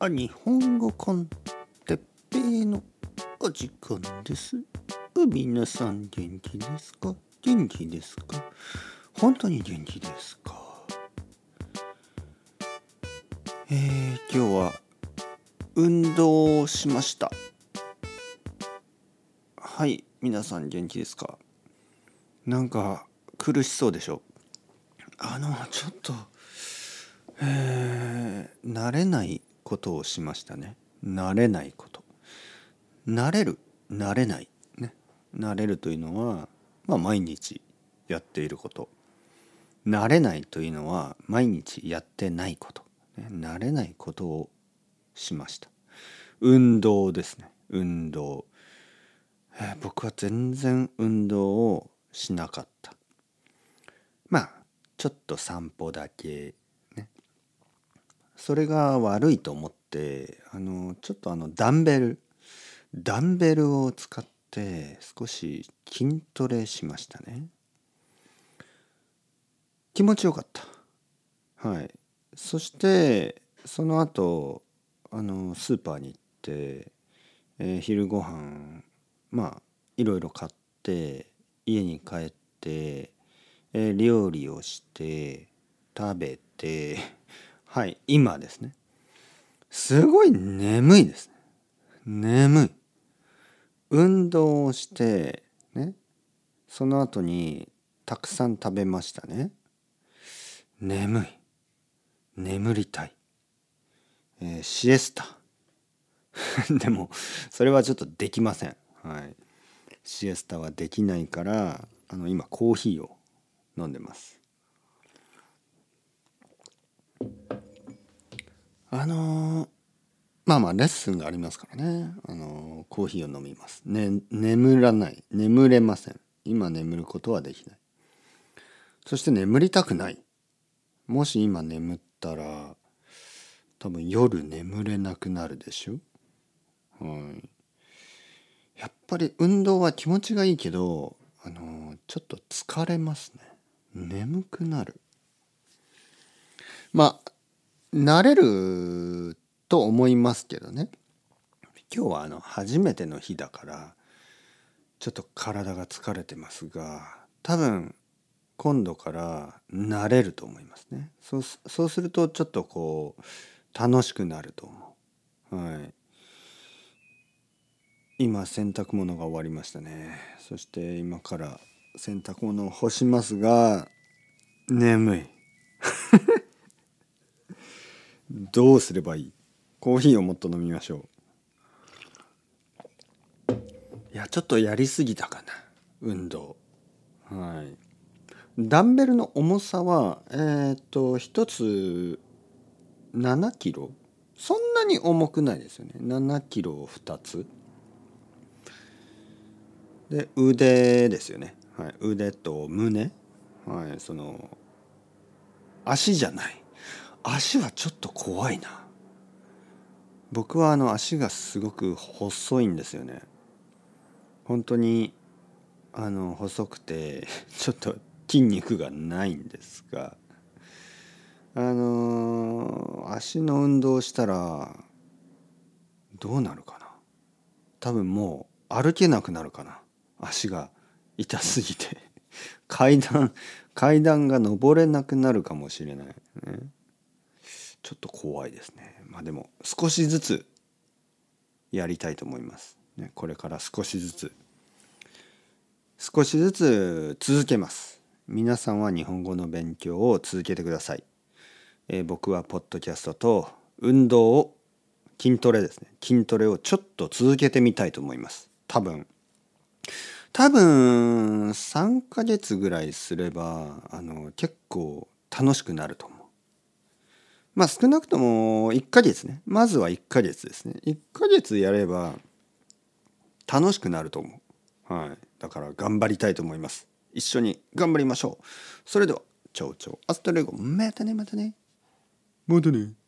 日本語コンテッペイのお時間です。皆さん元気ですか？元気ですか？本当に元気ですか？今日は運動をしました。はい、皆さん元気ですか？なんか苦しそうでしょ？ちょっと慣れないことをしましたね。慣れないこと。慣れる、慣れないね。慣れるというのは、毎日やっていること。慣れないというのは毎日やってないこと。慣れないことをしました。運動ですね。運動。僕は全然運動をしなかった。ちょっと散歩だけね。それが悪いと思って、ちょっとダンベルを使って少し筋トレしましたね。気持ちよかった。はい。そしてその後スーパーに行って、昼ご飯いろいろ買って家に帰って、料理をして食べてはい、今ですね。すごい眠いですね。眠い。運動をしてね、その後にたくさん食べましたね。眠い。眠りたい。シエスタ。でもそれはちょっとできません。はい。シエスタはできないから今コーヒーを飲んでます。レッスンがありますからね。コーヒーを飲みます。眠らない。眠れません。今眠ることはできない。そして眠りたくない。もし今眠ったら多分夜眠れなくなるでしょ。はい。やっぱり運動は気持ちがいいけど、ちょっと疲れますね。眠くなる。慣れると思いますけどね。今日は初めての日だからちょっと体が疲れてますが、多分今度から慣れると思いますね。そうするとちょっとこう楽しくなると思う。はい。今洗濯物が終わりましたね。そして今から洗濯物を干しますが、眠い。どうすればいい？コーヒーをもっと飲みましょう。いや、ちょっとやりすぎたかな。運動。はい。ダンベルの重さは一つ7キロ。そんなに重くないですよね。7キロを2つ。で、腕ですよね。はい。腕と胸。はい。足じゃない。足はちょっと怖いな。僕は足がすごく細いんですよね。本当に細くてちょっと筋肉がないんですが、足の運動をしたらどうなるかな。多分もう歩けなくなるかな。足が痛すぎて階段が登れなくなるかもしれない、ね。ちょっと怖いですね。でも少しずつやりたいと思います。ね、これから少しずつ続けます。皆さんは日本語の勉強を続けてください。僕はポッドキャストと運動を筋トレですね。筋トレをちょっと続けてみたいと思います。多分3ヶ月ぐらいすれば結構楽しくなると思う。少なくとも1ヶ月ね。まずは1ヶ月ですね。1ヶ月やれば楽しくなると思う。はい。だから頑張りたいと思います。一緒に頑張りましょう。それでは、チャオチャオ。アスタレゴ。またね。またね。